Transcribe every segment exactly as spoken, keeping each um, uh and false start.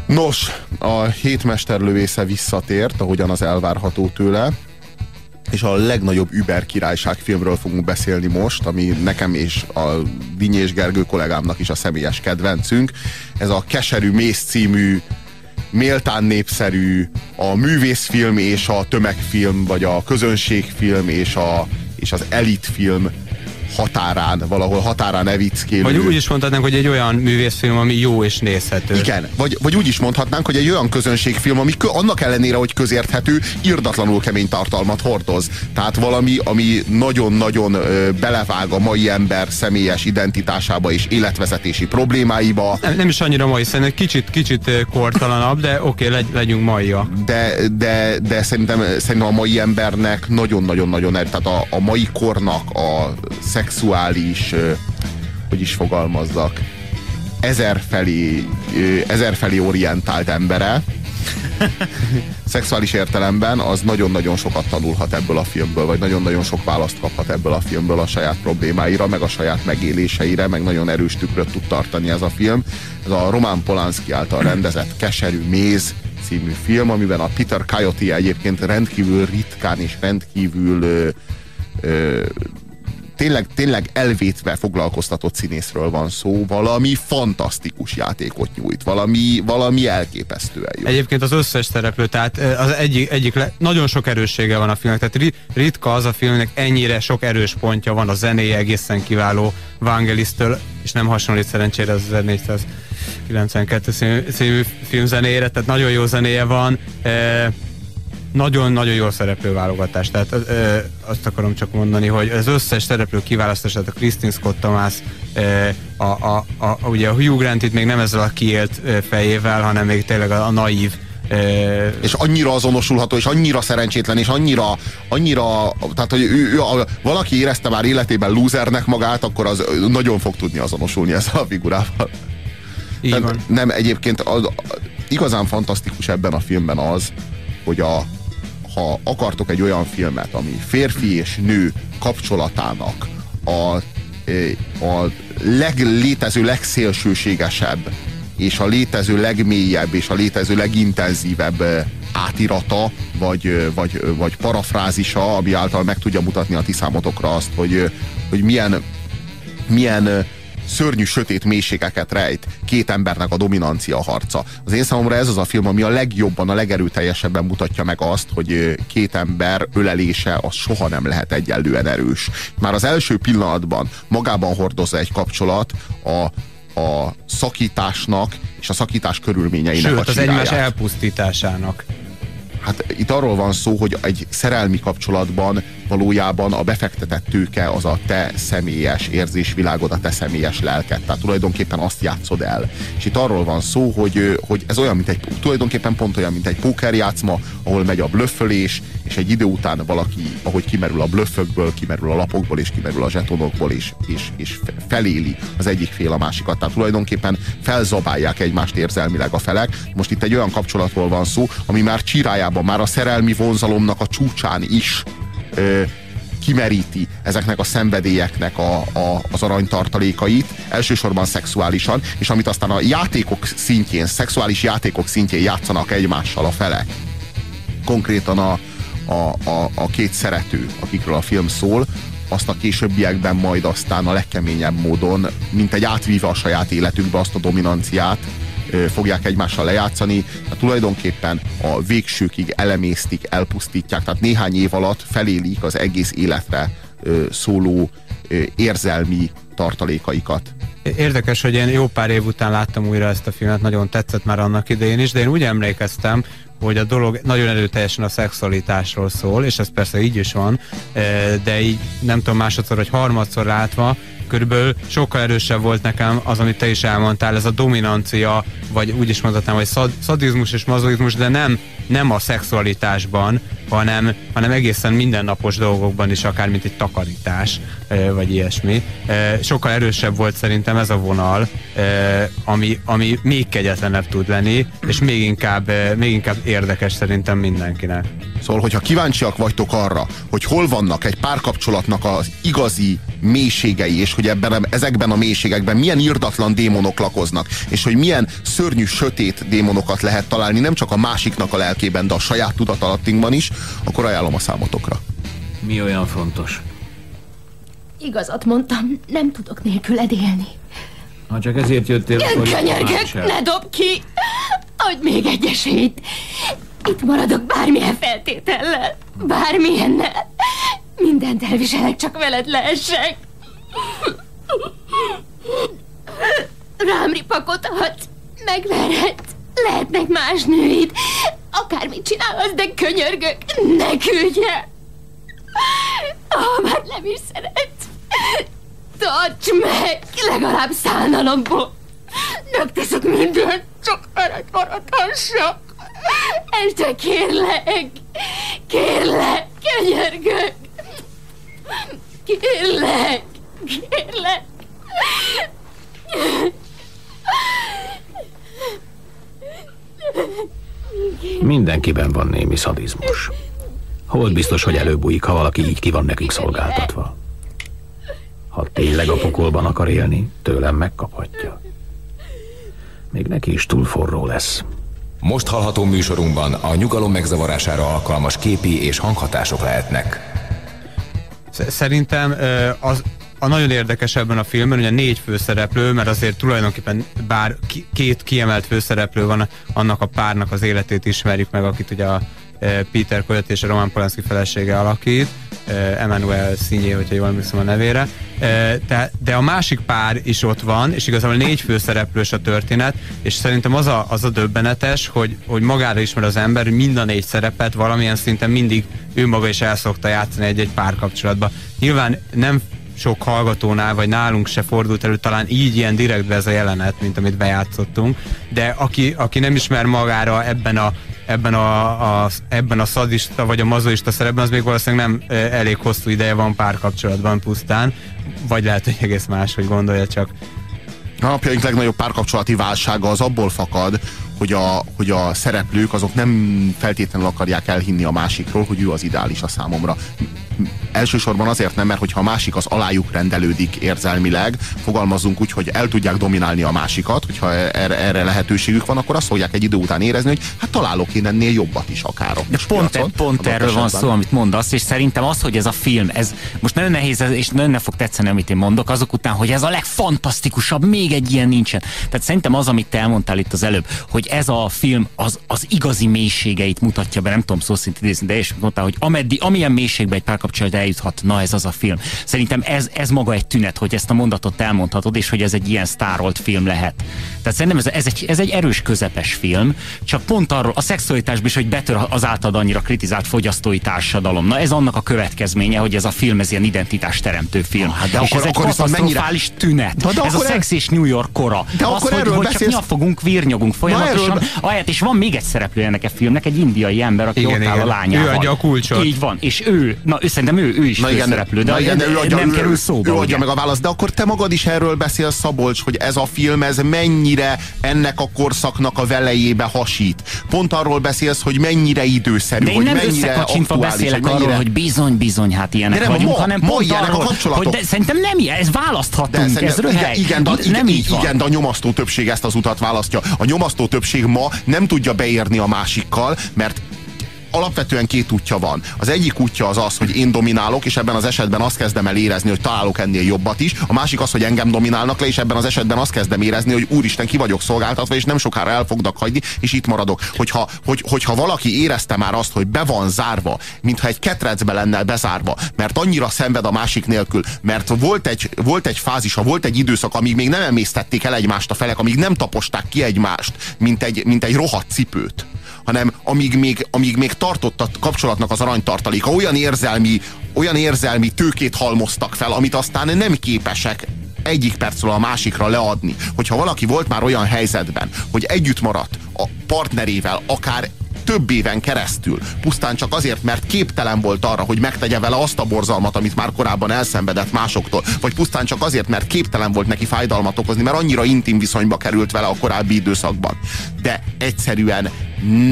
Nos, a hétmesterlövésze visszatért, ahogyan az elvárható tőle, és a legnagyobb Über királyság filmről fogunk beszélni most, ami nekem és a Dinyés Gergő kollégámnak is a személyes kedvencünk. Ez a Keserű méz című, méltán népszerű, a művészfilm és a tömegfilm, vagy a közönségfilm és, a, és az elitfilm határán, valahol határán evickélő. Vagy úgy is mondhatnánk, hogy egy olyan művészfilm, ami jó és nézhető. Igen, vagy, vagy úgy is mondhatnánk, hogy egy olyan közönségfilm, ami kö, annak ellenére, hogy közérthető, irdatlanul kemény tartalmat hordoz. Tehát valami, ami nagyon-nagyon ö, belevág a mai ember személyes identitásába és életvezetési problémáiba. Nem, nem is annyira mai, szerintem kicsit, kicsit kortalanabb, de oké, okay, legy, legyünk maija. De, de, de szerintem, szerintem a mai embernek nagyon-nagyon-nagyon, tehát a, a mai kornak a szexuális, hogy is fogalmazzak, ezerfelé, ezerfelé orientált embere, szexuális értelemben az nagyon-nagyon sokat tanulhat ebből a filmből, vagy nagyon-nagyon sok választ kaphat ebből a filmből a saját problémáira, meg a saját megéléseire, meg nagyon erős tükröt tud tartani ez a film. Ez a Roman Polanski által rendezett Keserű méz című film, amiben a Peter Coyote egyébként rendkívül ritkán és rendkívül ö, ö, Tényleg, tényleg elvétve foglalkoztatott színészről van szó, valami fantasztikus játékot nyújt, valami, valami elképesztően jó. Egyébként az összes szereplő, tehát az egyik, egyik le, nagyon sok erőssége van a filmnek, tehát ritka az a filmnek, ennyire sok erős pontja van, a zenéje egészen kiváló Vangelis-től, és nem hasonlít szerencsére az ezernégyszázkilencvenkettő című filmzenéjére, tehát nagyon jó zenéje van, e nagyon-nagyon jó szereplőválogatás. Tehát ö, azt akarom csak mondani, hogy az összes szereplő kiválasztását, a Kristin Scott Thomas, ö, a, a, a, ugye a Hugh Grant itt még nem ezzel a kiélt fejével, hanem még tényleg a, a naív. Ö, és annyira azonosulható, és annyira szerencsétlen, és annyira, annyira tehát, hogy ő, ő, a, valaki érezte már életében lúzernek magát, akkor az nagyon fog tudni azonosulni ezzel a figurával. Így van. Nem, egyébként az, igazán fantasztikus ebben a filmben az, hogy a ha akartok egy olyan filmet, ami férfi és nő kapcsolatának a, a leglétező legszélsőségesebb és a létező legmélyebb és a létező legintenzívebb átirata, vagy, vagy, vagy parafrázisa, ami által meg tudja mutatni a ti számotokra azt, hogy, hogy milyen, milyen szörnyű, sötét mélységeket rejt két embernek a dominancia harca. Az én számomra ez az a film, ami a legjobban, a legerőteljesebben mutatja meg azt, hogy két ember ölelése az soha nem lehet egyenlően erős. Már az első pillanatban magában hordozza egy kapcsolat a, a szakításnak és a szakítás körülményeinek Sőt, a az egymás elpusztításának. Hát itt arról van szó, hogy egy szerelmi kapcsolatban valójában a befektetett tőke az a te személyes érzésvilágod, a te személyes lelked. Tehát tulajdonképpen azt játszod el. És itt arról van szó, hogy, hogy ez olyan, mint egy, tulajdonképpen pont olyan, mint egy pókerjátszma, ahol megy a blöffölés, és egy idő után valaki, ahogy kimerül a blöffökből, kimerül a lapokból, és kimerül a zsetonokból, és, és, és feléli az egyik fél a másikat. Tehát tulajdonképpen felzabálják egymást érzelmileg a felek. Most itt egy olyan kapcsolatról van szó, ami már csirájában, már a szerelmi vonzalomnak a csúcsán is ö, kimeríti ezeknek a szenvedélyeknek a, a, az aranytartalékait, elsősorban szexuálisan, és amit aztán a játékok szintjén, szexuális játékok szintjén játszanak egymással a felek. Konkrétan a, a, a, a két szerető, akikről a film szól, azt a későbbiekben majd aztán a legkeményebb módon, mint egy átvíve a saját életükbe azt a dominanciát, fogják egymással lejátszani, tehát tulajdonképpen a végsőkig elemésztik, elpusztítják, tehát néhány év alatt felélik az egész életre szóló érzelmi tartalékaikat. Érdekes, hogy én jó pár év után láttam újra ezt a filmet, nagyon tetszett már annak idején is, de én úgy emlékeztem, hogy a dolog nagyon erőteljesen a szexualitásról szól, és ez persze így is van, de így nem tudom, másodszor vagy harmadszor látva, körülbelül sokkal erősebb volt nekem az, amit te is elmondtál, ez a dominancia, vagy úgy is mondhatnám, hogy szad, szadizmus és mazoizmus, de nem, nem a szexualitásban, hanem, hanem egészen mindennapos dolgokban is, akár mint egy takarítás, vagy ilyesmi. Sokkal erősebb volt szerintem ez a vonal, ami, ami még kegyetlenebb tud lenni, és még inkább, még inkább érdekes szerintem mindenkinek. Szóval, hogyha kíváncsiak vagytok arra, hogy hol vannak egy párkapcsolatnak az igazi mélységei, és hogy ebben, ezekben a mélységekben milyen irdatlan démonok lakoznak, és hogy milyen szörnyű, sötét démonokat lehet találni, nem csak a másiknak a lelkében, de a saját tudatalattinkban is, akkor ajánlom a számotokra. Mi olyan fontos? Igazat mondtam, nem tudok nélküled élni. Ha csak ezért jöttél, akkor... Könyörgök, ne dob ki! Adj még egy esélyt! Itt maradok bármilyen feltétellel, bármilyennel. Mindent elviselek, csak veled lehessek. Rám ripakodhatsz, megverhetsz, lehetnek más nőid. Akármit csinálhatsz, de könyörgök, ne küldj el! Ha már nem is szeretsz, tarts meg, legalább szánalomból. Megteszek mindent, csak veled maradhassak. Este kérlek, kérlek, könyörgök. Kérlek, kérlek. Mindenkiben van némi szadizmus. Hol biztos, hogy előbújik, ha valaki így ki van nekünk szolgáltatva. Ha tényleg a pokolban akar élni, tőlem megkaphatja. Még neki is túl forró lesz. Most hallható műsorunkban a nyugalom megzavarására alkalmas képi és hanghatások lehetnek. Szerintem az a nagyon érdekes ebben a filmben, ugye négy főszereplő, mert azért tulajdonképpen bár két kiemelt főszereplő van, annak a párnak az életét ismerjük meg, akit ugye a Peter Coyote és a Roman Polanski felesége alakít, Emmanuel Signé, hogyha jól emlékszem a nevére. De, de a másik pár is ott van, és igazából négy főszereplős a történet, és szerintem az a, az a döbbenetes, hogy, hogy magára ismer az ember, hogy mind a négy szerepet valamilyen szinten mindig ő maga is el szokta játszani egy-egy párkapcsolatban. Nyilván nem sok hallgatónál, vagy nálunk se fordult elő talán így ilyen direktbe ez a jelenet, mint amit bejátszottunk, de aki, aki nem ismer magára ebben a ebben a, a, ebben a szadista vagy a mazoista szerepben, az még valószínűleg nem e, elég hosszú ideje van párkapcsolatban pusztán, vagy lehet, hogy egész más, hogy gondolja csak. A napjaink legnagyobb párkapcsolati válsága az abból fakad, hogy a, hogy a szereplők azok nem feltétlenül akarják elhinni a másikról, hogy ő az ideális a számomra. Elsősorban azért nem, mert hogyha a másik az alájuk rendelődik érzelmileg, fogalmazzunk úgy, hogy el tudják dominálni a másikat, hogyha erre, erre lehetőségük van, akkor azt fogják egy idő után érezni, hogy hát találok én ennél jobbat is akár. De pont, piacon, pont erről van szó, amit mondasz, és szerintem az, hogy ez a film, ez most nagyon nehéz, és nagyon ne fog tetszeni, amit én mondok, azok után, hogy ez a legfantasztikusabb, még egy ilyen nincsen. Tehát szerintem az, amit te elmondtál itt az előbb, hogy ez a film az, az igazi mélységeit mutatja be, nem tudom szó szerint idézni, de és mondtál, hogy ameddig, amilyen mélységbe egy párkapcsolat eljuthat, na ez az a film. Szerintem ez, ez maga egy tünet, hogy ezt a mondatot elmondhatod, és hogy ez egy ilyen sztárolt film lehet. Tehát szerintem ez, ez, egy, ez egy erős közepes film, csak pont arról a szexualitásban is, hogy betör az általad annyira kritizált fogyasztói társadalom. Na ez annak a következménye, hogy ez a film ez ilyen identitásteremtő film. Ah, de és akkor, ez egy akkor katasztrofális mennyire... tünet. De, de ez a Szex és New York kora. De az, akkor hogy, erről hogy beszélsz... csak nyafogunk, vírnyogunk folyamatosan. Ahelyett, és van még egy szereplő ennek a filmnek, egy indiai ember, aki igen, ott áll a lányával. Ő adja a kulcsot. Így van. És ő, na ő szerintem ő, ő is na igen, szereplő, de, na igen, de ő adja, nem ő, kerül szóba. Ő adja meg a választ, de akkor te magad is erről beszélsz, Szabolcs, hogy ez a film, ez mennyire ennek a korszaknak a velejébe hasít. Pont arról beszélsz, hogy mennyire időszerű, de én hogy nem mennyire összekacsintva beszélek hogy mennyire... arról, hogy bizony, bizony, hát ilyenek nem, vagyunk, ma, hanem ma pont arról, hogy de, szerintem nem ilyen, ez választhatunk, ez röhely. Igen, de, nem igen, így van. igen, de a nyomasztó többség ezt az utat választja. A nyomasztó többség ma nem tudja beérni a másikkal, mert alapvetően két útja van. Az egyik útja az az, hogy én dominálok, és ebben az esetben azt kezdem el érezni, hogy találok ennél jobbat is. A másik az, hogy engem dominálnak le, és ebben az esetben azt kezdem érezni, hogy úristen, ki vagyok szolgáltatva, és nem sokára el fognak hagyni, és itt maradok. Hogyha, hogy, hogyha valaki érezte már azt, hogy be van zárva, mintha egy ketrecbe lenne bezárva, mert annyira szenved a másik nélkül, mert volt egy, volt egy fázisa, volt egy időszak, amíg még nem emésztették el egymást a felek, amíg nem taposták ki egymást, mint egy, mint egy rohadt cipőt, hanem amíg még, amíg még tartott a kapcsolatnak az aranytartaléka, olyan érzelmi, olyan érzelmi tőkét halmoztak fel, amit aztán nem képesek egyik percről a másikra leadni. Hogyha valaki volt már olyan helyzetben, hogy együtt maradt a partnerével, akár több éven keresztül, pusztán csak azért, mert képtelen volt arra, hogy megtegye vele azt a borzalmat, amit már korábban elszenvedett másoktól, vagy pusztán csak azért, mert képtelen volt neki fájdalmat okozni, mert annyira intim viszonyba került vele a korábbi időszakban. De egyszerűen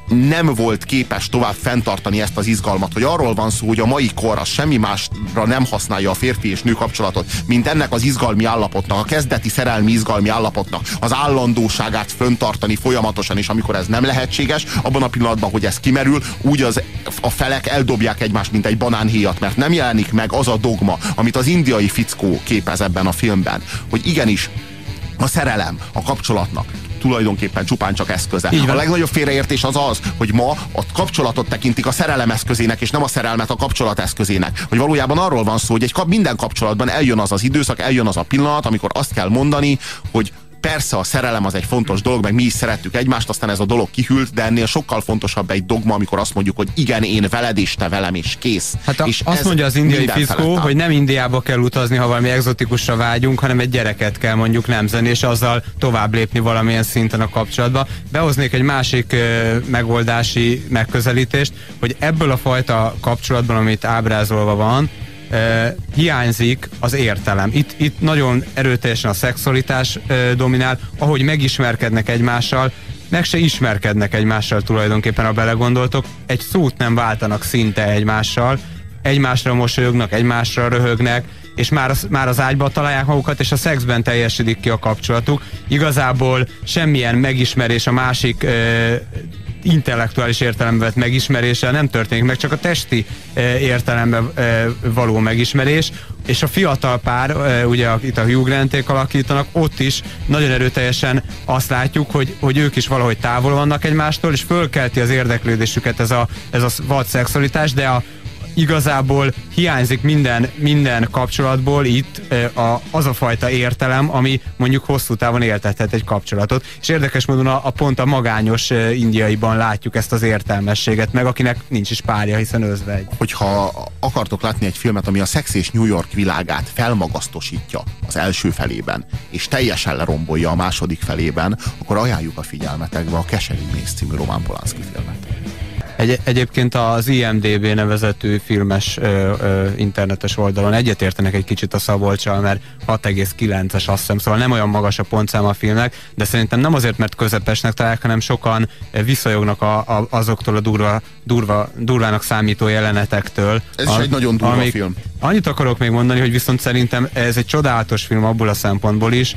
nem volt képes tovább fenntartani ezt az izgalmat, hogy arról van szó, hogy a mai kor az semmi másra nem használja a férfi és nő kapcsolatot, mint ennek az izgalmi állapotnak, a kezdeti szerelmi izgalmi állapotnak az állandóságát fenntartani folyamatosan, és amikor ez nem lehetséges, abban a pillanatban, hogy ez kimerül, úgy az, a felek eldobják egymást, mint egy banánhéjat, mert nem jelenik meg az a dogma, amit az indiai fickó képez ebben a filmben, hogy igenis a szerelem a kapcsolatnak tulajdonképpen csupán csak eszköze. A legnagyobb félreértés az az, hogy ma a kapcsolatot tekintik a szerelem eszközének, és nem a szerelmet a kapcsolat eszközének. Hogy valójában arról van szó, hogy egy kap, minden kapcsolatban eljön az az időszak, eljön az a pillanat, amikor azt kell mondani, hogy persze a szerelem az egy fontos dolog, meg mi is szerettük egymást, aztán ez a dolog kihűlt, de ennél sokkal fontosabb egy dogma, amikor azt mondjuk, hogy igen, én veled, és te velem, és kész. Hát a, és azt mondja az indiai fickó, hogy nem Indiába kell utazni, ha valami egzotikusra vágyunk, hanem egy gyereket kell mondjuk nemzeni, és azzal tovább lépni valamilyen szinten a kapcsolatba. Behoznék egy másik ö, megoldási megközelítést, hogy ebből a fajta kapcsolatban, amit ábrázolva van, Uh, hiányzik az értelem. Itt, itt nagyon erőteljesen a szexualitás uh, dominál, ahogy megismerkednek egymással, meg se ismerkednek egymással tulajdonképpen, ha belegondoltok, egy szót nem váltanak szinte egymással, egymásra mosolyognak, egymásra röhögnek, és már az, már az ágyba találják magukat, és a szexben teljesedik ki a kapcsolatuk. Igazából semmilyen megismerés a másik uh, intellektuális értelemben vett megismeréssel nem történik meg, csak a testi e, értelemben e, való megismerés, és a fiatal pár, e, ugye itt a Hugh Granték alakítanak, ott is nagyon erőteljesen azt látjuk, hogy, hogy ők is valahogy távol vannak egymástól, és fölkelti az érdeklődésüket ez a, ez a vad szexualitás, de a igazából hiányzik minden, minden kapcsolatból itt a, az a fajta értelem, ami mondjuk hosszú távon éltethet egy kapcsolatot. És érdekes módon a, a pont a magányos indiaiban látjuk ezt az értelmességet, meg akinek nincs is párja, hiszen özvegy. Hogyha akartok látni egy filmet, ami a Szex és New York világát felmagasztosítja az első felében, és teljesen lerombolja a második felében, akkor ajánljuk a figyelmetekbe a Keserű méz című Roman Polanski filmet. Egy, egyébként az I M D B nevezetű filmes ö, ö, internetes oldalon egyetértenek egy kicsit a Szabolccsal, mert hat egész kilences azt hiszem, szóval nem olyan magas a pontszám a filmnek, de szerintem nem azért, mert közepesnek találják, hanem sokan visszajognak a, a, azoktól a durva, durva, durvának számító jelenetektől. Ez a, is egy nagyon durva amik, film. Annyit akarok még mondani, hogy viszont szerintem ez egy csodálatos film abból a szempontból is,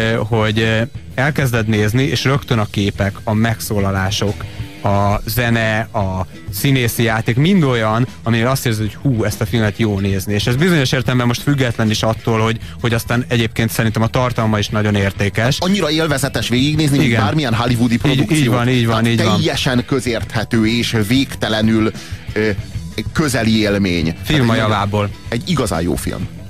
hogy elkezded nézni, és rögtön a képek, a megszólalások, a zene, a színészi játék, mind olyan, aminél azt érzed, hogy hú, ezt a filmet jó nézni. És ez bizonyos értelemben most független is attól, hogy, hogy aztán egyébként szerintem a tartalma is nagyon értékes. Annyira élvezetes végignézni, mint bármilyen hollywoodi produkció. Így, így van, így van, így van. Teljesen közérthető és végtelenül ö, közeli élmény. Film a javából. Egy igazán jó film.